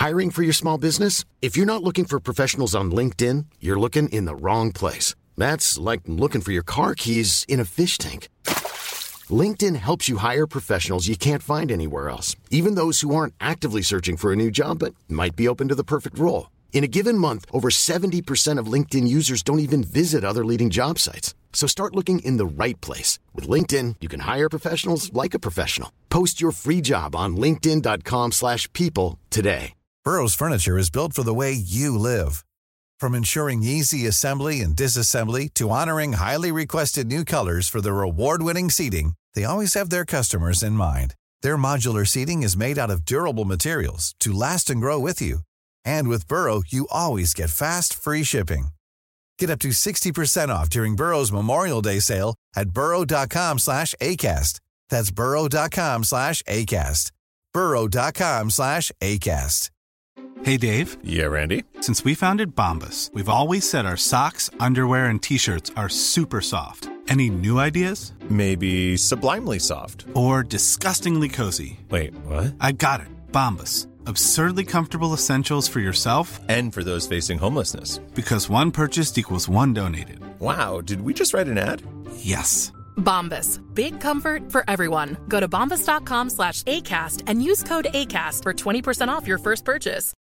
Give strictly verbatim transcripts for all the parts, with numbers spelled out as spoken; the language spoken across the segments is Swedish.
Hiring for your small business? If you're not looking for professionals on LinkedIn, you're looking in the wrong place. That's like looking for your car keys in a fish tank. LinkedIn helps you hire professionals you can't find anywhere else, even those who aren't actively searching for a new job but might be open to the perfect role. In a given month, over seventy percent of LinkedIn users don't even visit other leading job sites. So start looking in the right place. With LinkedIn, you can hire professionals like a professional. Post your free job on linkedin dot com slash people today. Burrow's furniture is built for the way you live. From ensuring easy assembly and disassembly to honoring highly requested new colors for their award-winning seating, they always have their customers in mind. Their modular seating is made out of durable materials to last and grow with you. And with Burrow, you always get fast, free shipping. Get up to sixty percent off during Burrow's Memorial Day sale at burrow dot com slash acast. That's burrow dot com slash acast. burrow dot com slash acast. Hey, Dave. Yeah, Randy. Since we founded Bombas, we've always said our socks, underwear, and T-shirts are super soft. Any new ideas? Maybe sublimely soft. Or disgustingly cozy. Wait, what? I got it. Bombas. Absurdly comfortable essentials for yourself and for those facing homelessness. Because one purchased equals one donated. Wow, did we just write an ad? Yes. Bombas. Big comfort for everyone. Go to bombas dot com slash ACAST and use code ACAST for twenty percent off your first purchase.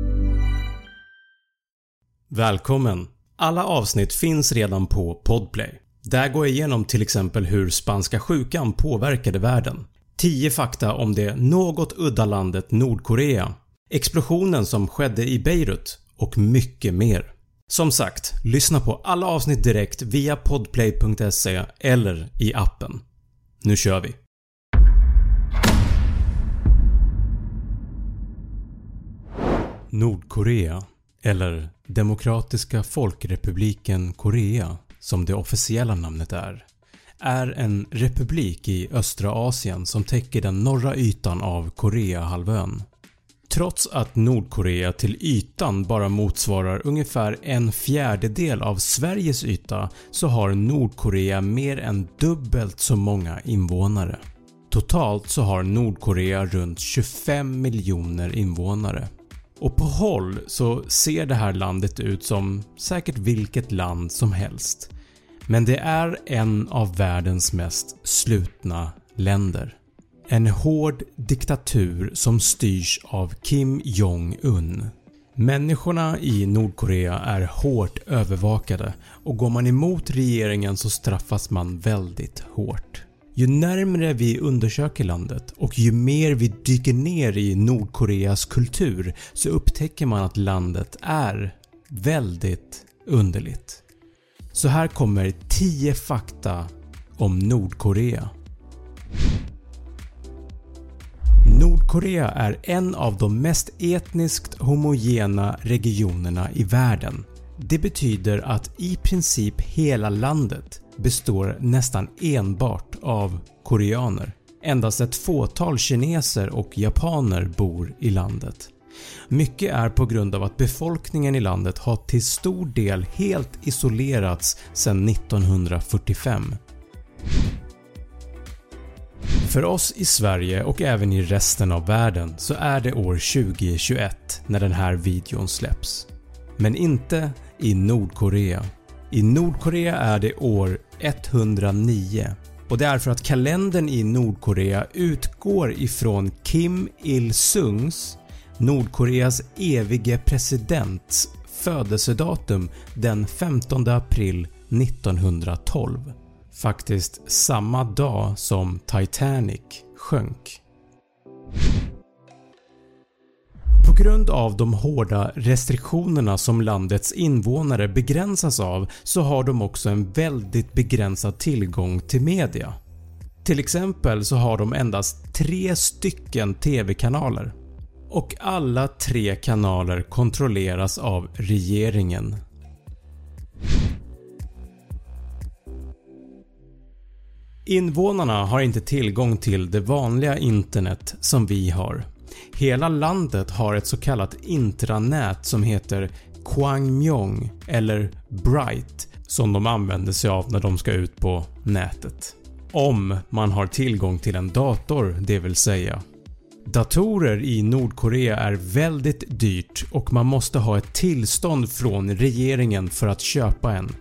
Välkommen! Alla avsnitt finns redan på Podplay. Där går jag igenom till exempel hur spanska sjukan påverkade världen. tio fakta om det något udda landet Nordkorea, explosionen som skedde i Beirut och mycket mer. Som sagt, lyssna på alla avsnitt direkt via podplay punkt se eller i appen. Nu kör vi! Nordkorea, eller Demokratiska folkrepubliken Korea som det officiella namnet är, är en republik i östra Asien som täcker den norra ytan av Koreahalvön. Trots att Nordkorea till ytan bara motsvarar ungefär en fjärdedel av Sveriges yta så har Nordkorea mer än dubbelt så många invånare. Totalt så har Nordkorea runt tjugofem miljoner invånare. Och på håll så ser det här landet ut som säkert vilket land som helst. Men det är en av världens mest slutna länder. En hård diktatur som styrs av Kim Jong-un. Människorna i Nordkorea är hårt övervakade och går man emot regeringen så straffas man väldigt hårt. Ju närmare vi undersöker landet och ju mer vi dyker ner i Nordkoreas kultur så upptäcker man att landet är väldigt underligt. Så här kommer tio fakta om Nordkorea. Nordkorea är en av de mest etniskt homogena regionerna i världen. Det betyder att i princip hela landet består nästan enbart av koreaner. Endast ett fåtal kineser och japaner bor i landet. Mycket är på grund av att befolkningen i landet har till stor del helt isolerats sedan nittonhundrafyrtiofem. För oss i Sverige och även i resten av världen så är det år tjugohundratjugoett när den här videon släpps. Men inte i Nordkorea. I Nordkorea är det år etthundranio och det är för att kalendern i Nordkorea utgår ifrån Kim Il-sungs, Nordkoreas evige presidents, födelsedatum den femtonde april nittonhundratolv. Faktiskt samma dag som Titanic sjönk. På grund av de hårda restriktionerna som landets invånare begränsas av så har de också en väldigt begränsad tillgång till media. Till exempel så har de endast tre stycken tv-kanaler. Och alla tre kanaler kontrolleras av regeringen. Invånarna har inte tillgång till det vanliga internet som vi har. Hela landet har ett så kallat intranät som heter Kwangmyong eller Bright som de använder sig av när de ska ut på nätet. Om man har tillgång till en dator, det vill säga. Datorer i Nordkorea är väldigt dyrt och man måste ha ett tillstånd från regeringen för att köpa en.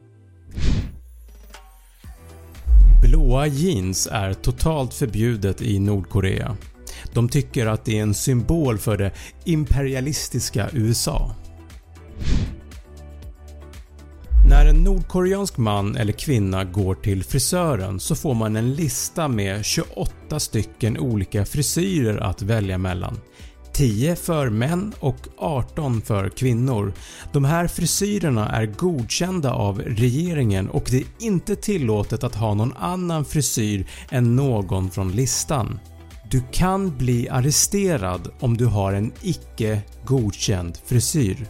Blåa jeans är totalt förbjudet i Nordkorea. De tycker att det är en symbol för det imperialistiska U S A. När en nordkoreansk man eller kvinna går till frisören så får man en lista med tjugoåtta stycken olika frisyrer att välja mellan. tio för män och arton för kvinnor. De här frisyrerna är godkända av regeringen och det är inte tillåtet att ha någon annan frisyr än någon från listan. Du kan bli arresterad om du har en icke godkänd frisyr.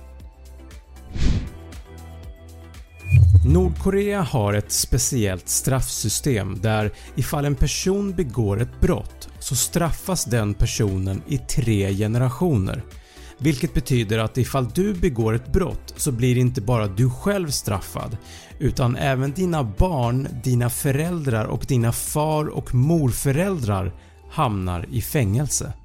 Nordkorea har ett speciellt straffsystem där ifall en person begår ett brott så straffas den personen i tre generationer. Vilket betyder att ifall du begår ett brott så blir inte bara du själv straffad utan även dina barn, dina föräldrar och dina far- och morföräldrar hamnar i fängelse.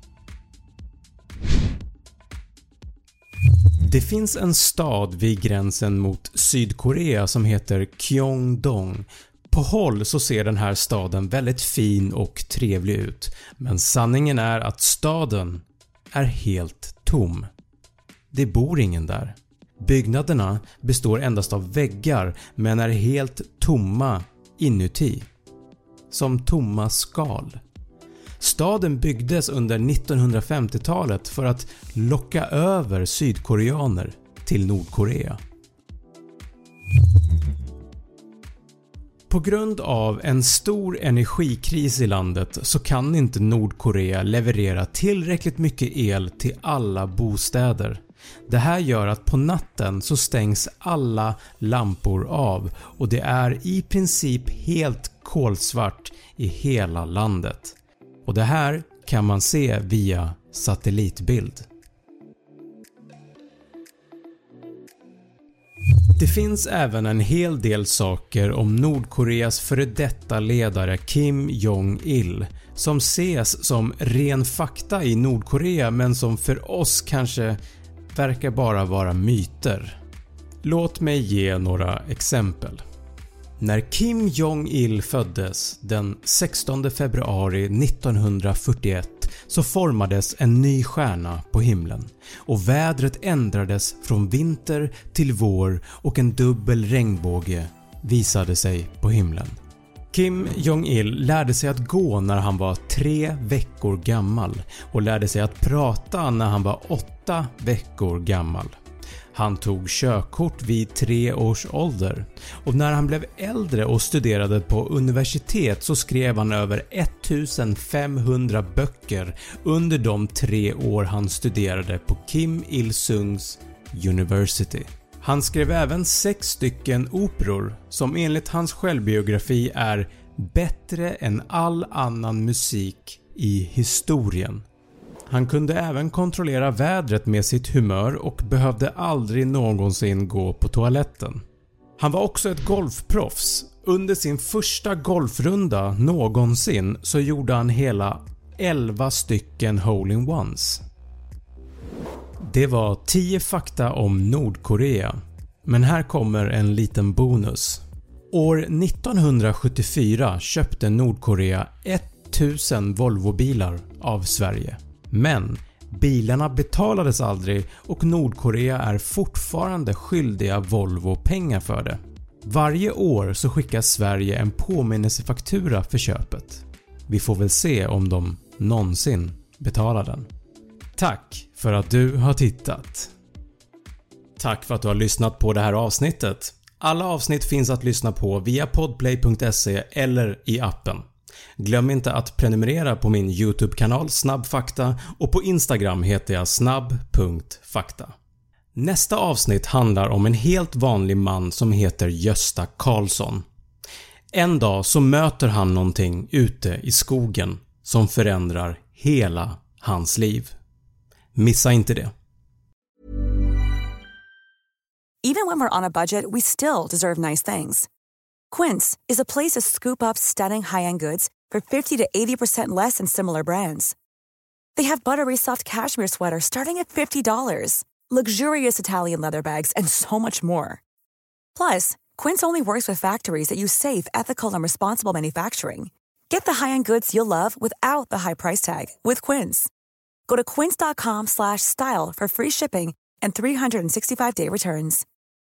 Det finns en stad vid gränsen mot Sydkorea som heter Gyeongdong. På håll så ser den här staden väldigt fin och trevlig ut, men sanningen är att staden är helt tom. Det bor ingen där. Byggnaderna består endast av väggar men är helt tomma inuti. Som tomma skal. Staden byggdes under nittonhundrafemtiotalet för att locka över sydkoreaner till Nordkorea. På grund av en stor energikris i landet så kan inte Nordkorea leverera tillräckligt mycket el till alla bostäder. Det här gör att på natten så stängs alla lampor av och det är i princip helt kolsvart i hela landet. Och det här kan man se via satellitbild. Det finns även en hel del saker om Nordkoreas före detta ledare Kim Jong-il som ses som ren fakta i Nordkorea men som för oss kanske verkar bara vara myter. Låt mig ge några exempel. När Kim Jong-il föddes den sextonde februari nittonhundrafyrtioett så formades en ny stjärna på himlen och vädret ändrades från vinter till vår och en dubbel regnbåge visade sig på himlen. Kim Jong-il lärde sig att gå när han var tre veckor gammal och lärde sig att prata när han var åtta veckor gammal. Han tog körkort vid tre års ålder och när han blev äldre och studerade på universitet så skrev han över ettusenfemhundra böcker under de tre år han studerade på Kim Il-sungs University. Han skrev även sex stycken operor som enligt hans självbiografi är bättre än all annan musik i historien. Han kunde även kontrollera vädret med sitt humör och behövde aldrig någonsin gå på toaletten. Han var också ett golfproffs. Under sin första golfrunda någonsin så gjorde han hela elva stycken hole-in-ones. Det var tio fakta om Nordkorea. Men här kommer en liten bonus. År nittonhundrasjuttiofyra köpte Nordkorea tusen Volvo-bilar av Sverige. Men bilarna betalades aldrig och Nordkorea är fortfarande skyldiga Volvo pengar för det. Varje år så skickar Sverige en påminnelsefaktura för köpet. Vi får väl se om de någonsin betalar den. Tack för att du har tittat. Tack för att du har lyssnat på det här avsnittet. Alla avsnitt finns att lyssna på via podplay punkt se eller i appen. Glöm inte att prenumerera på min YouTube-kanal Snabbfakta och på Instagram heter jag snabb punkt fakta. Nästa avsnitt handlar om en helt vanlig man som heter Gösta Karlsson. En dag så möter han någonting ute i skogen som förändrar hela hans liv. Missa inte det. Even when we're on a budget, we still deserve nice things. Quince is a place to scoop up stunning high-end goods for fifty to eighty percent less than similar brands. They have buttery soft cashmere sweaters starting at fifty dollars, luxurious Italian leather bags, and so much more. Plus, Quince only works with factories that use safe, ethical, and responsible manufacturing. Get the high-end goods you'll love without the high price tag with Quince. Go to quince.com slash style for free shipping and three sixty-five day returns.